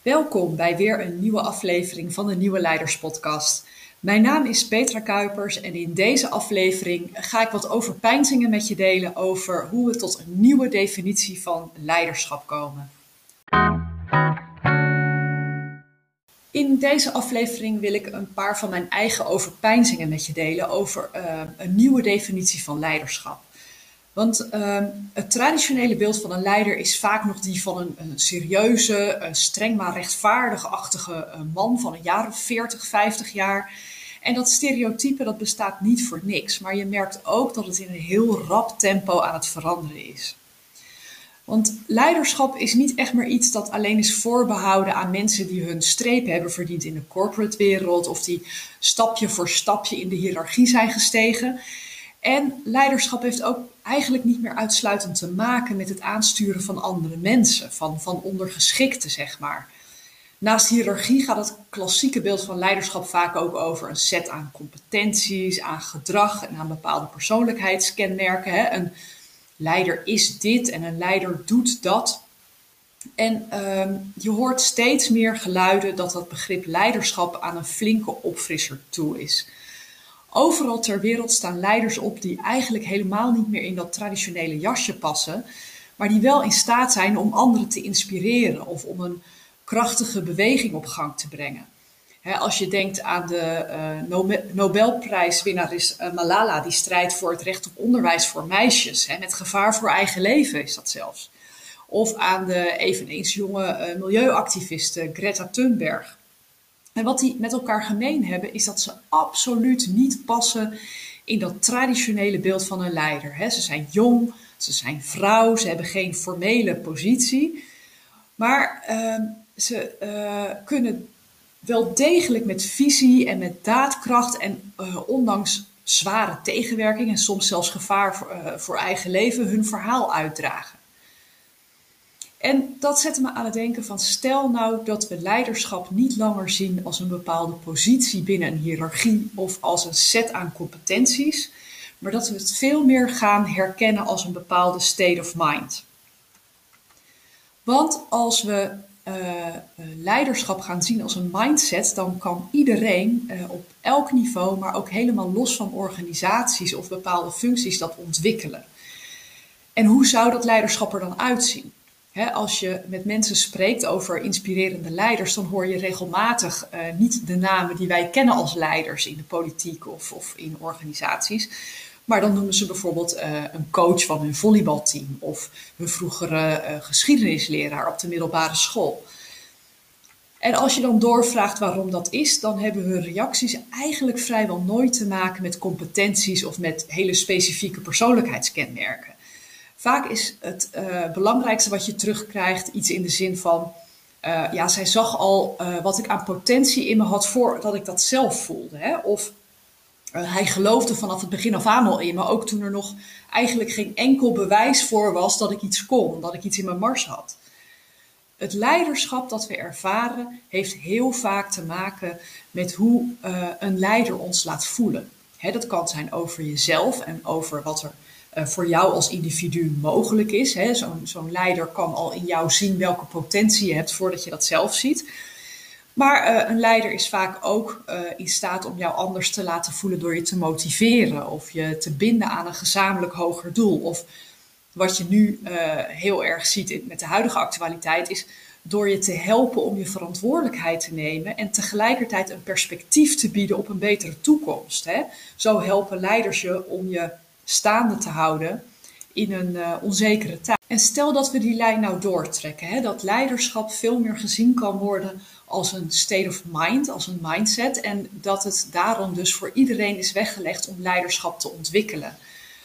Welkom bij weer een nieuwe aflevering van de Nieuwe Leiders Podcast. Mijn naam is Petra Kuipers en in deze aflevering ga ik wat overpeinzingen met je delen over hoe we tot een nieuwe definitie van leiderschap komen. In deze aflevering wil ik een paar van mijn eigen overpeinzingen met je delen over een nieuwe definitie van leiderschap. Want het traditionele beeld van een leider is vaak nog die van een serieuze, streng maar rechtvaardig-achtige man van een jaar of 40, 50 jaar. En dat stereotype dat bestaat niet voor niks, maar je merkt ook dat het in een heel rap tempo aan het veranderen is. Want leiderschap is niet echt meer iets dat alleen is voorbehouden aan mensen die hun streep hebben verdiend in de corporate wereld of die stapje voor stapje in de hiërarchie zijn gestegen. En leiderschap heeft ook eigenlijk niet meer uitsluitend te maken met het aansturen van andere mensen, van ondergeschikten, zeg maar. Naast hiërarchie gaat het klassieke beeld van leiderschap vaak ook over een set aan competenties, aan gedrag en aan bepaalde persoonlijkheidskenmerken. Een leider is dit en een leider doet dat. En je hoort steeds meer geluiden dat dat begrip leiderschap aan een flinke opfrisser toe is. Overal ter wereld staan leiders op die eigenlijk helemaal niet meer in dat traditionele jasje passen, maar die wel in staat zijn om anderen te inspireren of om een krachtige beweging op gang te brengen. Als je denkt aan de Nobelprijswinnares Malala, die strijdt voor het recht op onderwijs voor meisjes, met gevaar voor eigen leven is dat zelfs. Of aan de eveneens jonge milieuactiviste Greta Thunberg. En wat die met elkaar gemeen hebben, is dat ze absoluut niet passen in dat traditionele beeld van een leider. Ze zijn jong, ze zijn vrouw, ze hebben geen formele positie. Maar ze kunnen wel degelijk met visie en met daadkracht en ondanks zware tegenwerking en soms zelfs gevaar voor eigen leven hun verhaal uitdragen. En dat zette me aan het denken van stel nou dat we leiderschap niet langer zien als een bepaalde positie binnen een hiërarchie of als een set aan competenties, maar dat we het veel meer gaan herkennen als een bepaalde state of mind. Want als we leiderschap gaan zien als een mindset, dan kan iedereen op elk niveau, maar ook helemaal los van organisaties of bepaalde functies dat ontwikkelen. En hoe zou dat leiderschap er dan uitzien? Als je met mensen spreekt over inspirerende leiders, dan hoor je regelmatig niet de namen die wij kennen als leiders in de politiek of in organisaties. Maar dan noemen ze bijvoorbeeld een coach van hun volleybalteam of hun vroegere geschiedenisleraar op de middelbare school. En als je dan doorvraagt waarom dat is, dan hebben hun reacties eigenlijk vrijwel nooit te maken met competenties of met hele specifieke persoonlijkheidskenmerken. Vaak is het belangrijkste wat je terugkrijgt iets in de zin van, zij zag al wat ik aan potentie in me had voordat ik dat zelf voelde. Hè? Of hij geloofde vanaf het begin af aan al in me, ook toen er nog eigenlijk geen enkel bewijs voor was dat ik iets kon, dat ik iets in mijn mars had. Het leiderschap dat we ervaren heeft heel vaak te maken met hoe een leider ons laat voelen. Dat kan zijn over jezelf en over wat er voor jou als individu mogelijk is. Zo'n leider kan al in jou zien welke potentie je hebt voordat je dat zelf ziet. Maar een leider is vaak ook in staat om jou anders te laten voelen door je te motiveren of je te binden aan een gezamenlijk hoger doel. Of wat je nu heel erg ziet met de huidige actualiteit is door je te helpen om je verantwoordelijkheid te nemen en tegelijkertijd een perspectief te bieden op een betere toekomst. Zo helpen leiders je om je staande te houden in een onzekere tijd. En stel dat we die lijn nou doortrekken, dat leiderschap veel meer gezien kan worden als een state of mind, als een mindset, en dat het daarom dus voor iedereen is weggelegd om leiderschap te ontwikkelen.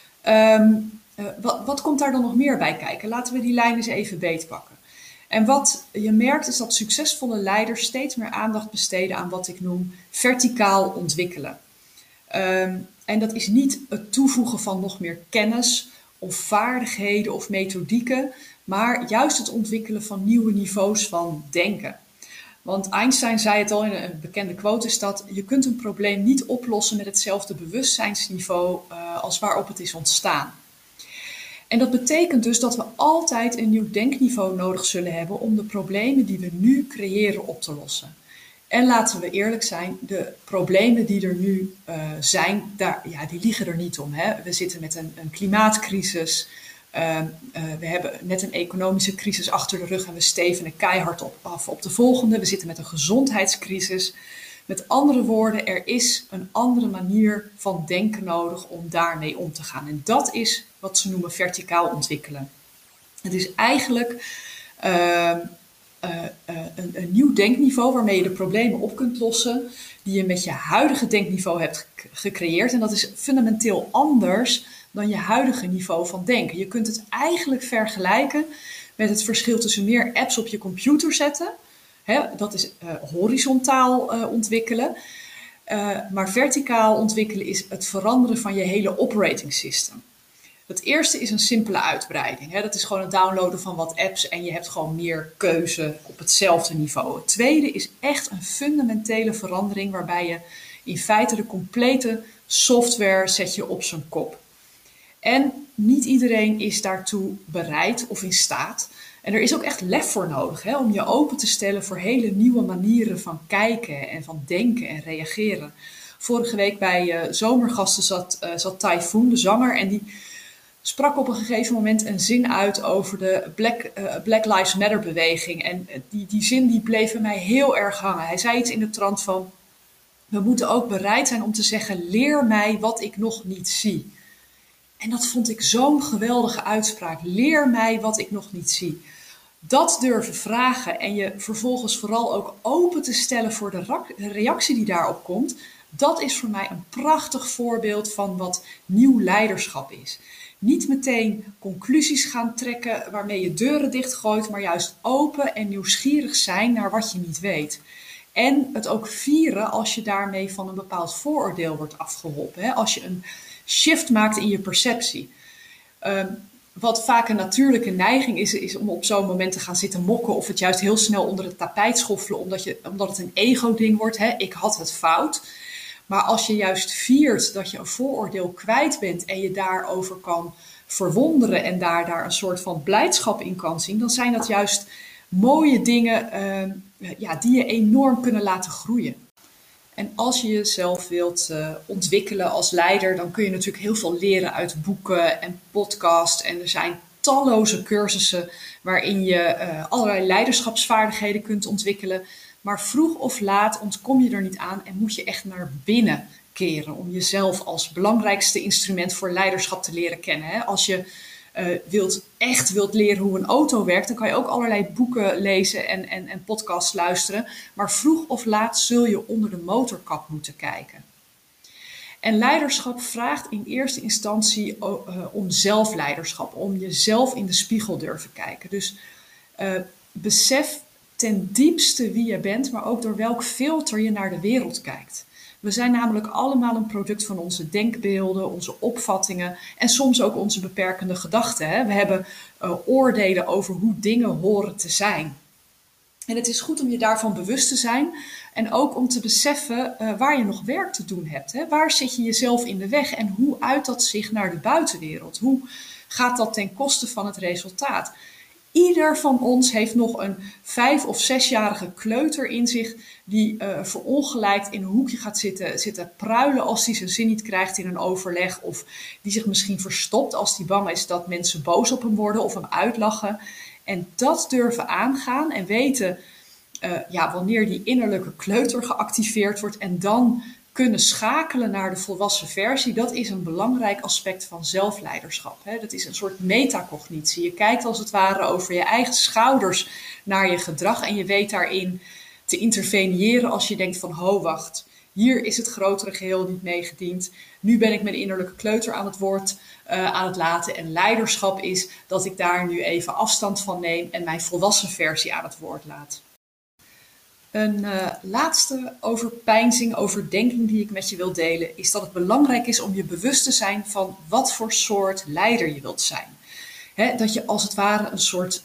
Wat komt daar dan nog meer bij kijken? Laten we die lijn eens even beetpakken. En wat je merkt is dat succesvolle leiders steeds meer aandacht besteden aan wat ik noem verticaal ontwikkelen. En dat is niet het toevoegen van nog meer kennis of vaardigheden of methodieken, maar juist het ontwikkelen van nieuwe niveaus van denken. Want Einstein zei het al in een bekende quote is dat je kunt een probleem niet oplossen met hetzelfde bewustzijnsniveau als waarop het is ontstaan. En dat betekent dus dat we altijd een nieuw denkniveau nodig zullen hebben om de problemen die we nu creëren op te lossen. En laten we eerlijk zijn, de problemen die er nu zijn, die liegen er niet om. Hè? We zitten met een klimaatcrisis. We hebben net een economische crisis achter de rug en we stevenen keihard af op de volgende. We zitten met een gezondheidscrisis. Met andere woorden, er is een andere manier van denken nodig om daarmee om te gaan. En dat is wat ze noemen verticaal ontwikkelen. Het is eigenlijk een nieuw denkniveau waarmee je de problemen op kunt lossen die je met je huidige denkniveau hebt gecreëerd. En dat is fundamenteel anders dan je huidige niveau van denken. Je kunt het eigenlijk vergelijken met het verschil tussen meer apps op je computer zetten. Dat is horizontaal ontwikkelen. Maar verticaal ontwikkelen is het veranderen van je hele operating system. Het eerste is een simpele uitbreiding. Dat is gewoon het downloaden van wat apps en je hebt gewoon meer keuze op hetzelfde niveau. Het tweede is echt een fundamentele verandering waarbij je in feite de complete software zet je op zijn kop. En niet iedereen is daartoe bereid of in staat. En er is ook echt lef voor nodig om je open te stellen voor hele nieuwe manieren van kijken en van denken en reageren. Vorige week bij Zomergasten zat Typhoon, de zanger, en die sprak op een gegeven moment een zin uit over de Black Lives Matter beweging. En die zin die bleef bij mij heel erg hangen. Hij zei iets in de trant van: we moeten ook bereid zijn om te zeggen, leer mij wat ik nog niet zie. En dat vond ik zo'n geweldige uitspraak. Leer mij wat ik nog niet zie. Dat durven vragen en je vervolgens vooral ook open te stellen voor de reactie die daarop komt. Dat is voor mij een prachtig voorbeeld van wat nieuw leiderschap is. Niet meteen conclusies gaan trekken waarmee je deuren dichtgooit, maar juist open en nieuwsgierig zijn naar wat je niet weet. En het ook vieren als je daarmee van een bepaald vooroordeel wordt afgeholpen. Als je een shift maakt in je perceptie. Wat vaak een natuurlijke neiging is om op zo'n moment te gaan zitten mokken of het juist heel snel onder het tapijt schoffelen, omdat het een ego-ding wordt. Ik had het fout. Maar als je juist viert dat je een vooroordeel kwijt bent en je daarover kan verwonderen en daar een soort van blijdschap in kan zien, dan zijn dat juist mooie dingen die je enorm kunnen laten groeien. En als je jezelf wilt ontwikkelen als leider, dan kun je natuurlijk heel veel leren uit boeken en podcasts. En er zijn talloze cursussen waarin je allerlei leiderschapsvaardigheden kunt ontwikkelen. Maar vroeg of laat ontkom je er niet aan en moet je echt naar binnen keren om jezelf als belangrijkste instrument voor leiderschap te leren kennen. Als je wilt leren hoe een auto werkt, dan kan je ook allerlei boeken lezen en podcasts luisteren. Maar vroeg of laat zul je onder de motorkap moeten kijken. En leiderschap vraagt in eerste instantie om zelfleiderschap, om jezelf in de spiegel durven kijken. Dus besef ten diepste wie je bent, maar ook door welk filter je naar de wereld kijkt. We zijn namelijk allemaal een product van onze denkbeelden, onze opvattingen en soms ook onze beperkende gedachten. We hebben oordelen over hoe dingen horen te zijn. En het is goed om je daarvan bewust te zijn en ook om te beseffen waar je nog werk te doen hebt. Waar zit je jezelf in de weg en hoe uit dat zich naar de buitenwereld? Hoe gaat dat ten koste van het resultaat? Ieder van ons heeft nog een 5- of 6-jarige kleuter in zich die verongelijkt in een hoekje gaat zitten pruilen als hij zijn zin niet krijgt in een overleg. Of die zich misschien verstopt als hij bang is dat mensen boos op hem worden of hem uitlachen. En dat durven aangaan en weten wanneer die innerlijke kleuter geactiveerd wordt en dan kunnen schakelen naar de volwassen versie, dat is een belangrijk aspect van zelfleiderschap. Dat is een soort metacognitie. Je kijkt als het ware over je eigen schouders naar je gedrag en je weet daarin te interveneren als je denkt van, wacht, hier is het grotere geheel niet meegediend. Nu ben ik mijn innerlijke kleuter aan het woord aan het laten en leiderschap is dat ik daar nu even afstand van neem en mijn volwassen versie aan het woord laat. Een laatste overpeinzing, overdenking die ik met je wil delen, is dat het belangrijk is om je bewust te zijn van wat voor soort leider je wilt zijn. Dat je als het ware een soort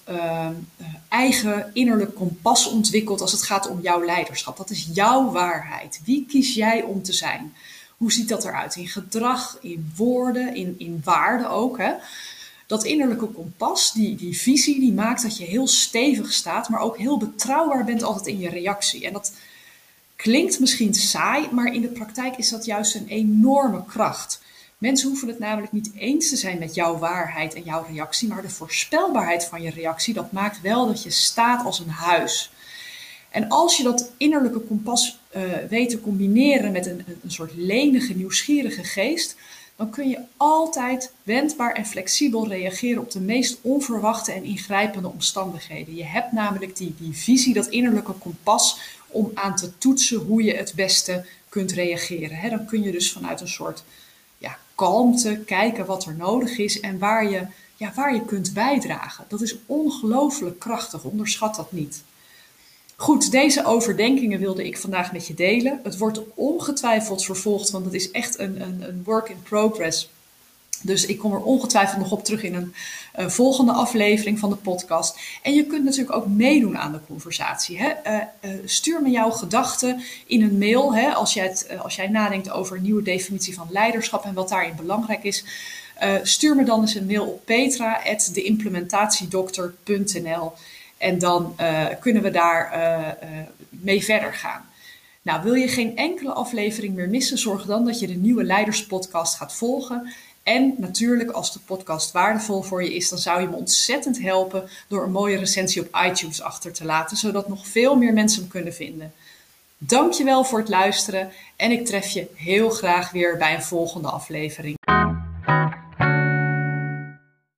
eigen innerlijk kompas ontwikkelt als het gaat om jouw leiderschap. Dat is jouw waarheid. Wie kies jij om te zijn? Hoe ziet dat eruit? In gedrag, in woorden, in waarden ook. Dat innerlijke kompas, die visie, die maakt dat je heel stevig staat, maar ook heel betrouwbaar bent altijd in je reactie. En dat klinkt misschien saai, maar in de praktijk is dat juist een enorme kracht. Mensen hoeven het namelijk niet eens te zijn met jouw waarheid en jouw reactie, maar de voorspelbaarheid van je reactie, dat maakt wel dat je staat als een huis. En als je dat innerlijke kompas weet te combineren met een soort lenige, nieuwsgierige geest, dan kun je altijd wendbaar en flexibel reageren op de meest onverwachte en ingrijpende omstandigheden. Je hebt namelijk die visie, dat innerlijke kompas, om aan te toetsen hoe je het beste kunt reageren. Dan kun je dus vanuit een soort kalmte kijken wat er nodig is en waar je kunt bijdragen. Dat is ongelooflijk krachtig, onderschat dat niet. Goed, deze overdenkingen wilde ik vandaag met je delen. Het wordt ongetwijfeld vervolgd, want het is echt een work in progress. Dus ik kom er ongetwijfeld nog op terug in een volgende aflevering van de podcast. En je kunt natuurlijk ook meedoen aan de conversatie. Stuur me jouw gedachten in een mail. Als jij nadenkt over een nieuwe definitie van leiderschap en wat daarin belangrijk is. Stuur me dan eens een mail op petra@deimplementatiedokter.nl. En dan kunnen we daar mee verder gaan. Nou, wil je geen enkele aflevering meer missen, zorg dan dat je de Nieuwe Leiderspodcast gaat volgen. En natuurlijk, als de podcast waardevol voor je is, dan zou je me ontzettend helpen door een mooie recensie op iTunes achter te laten, zodat nog veel meer mensen hem kunnen vinden. Dankjewel voor het luisteren en ik tref je heel graag weer bij een volgende aflevering.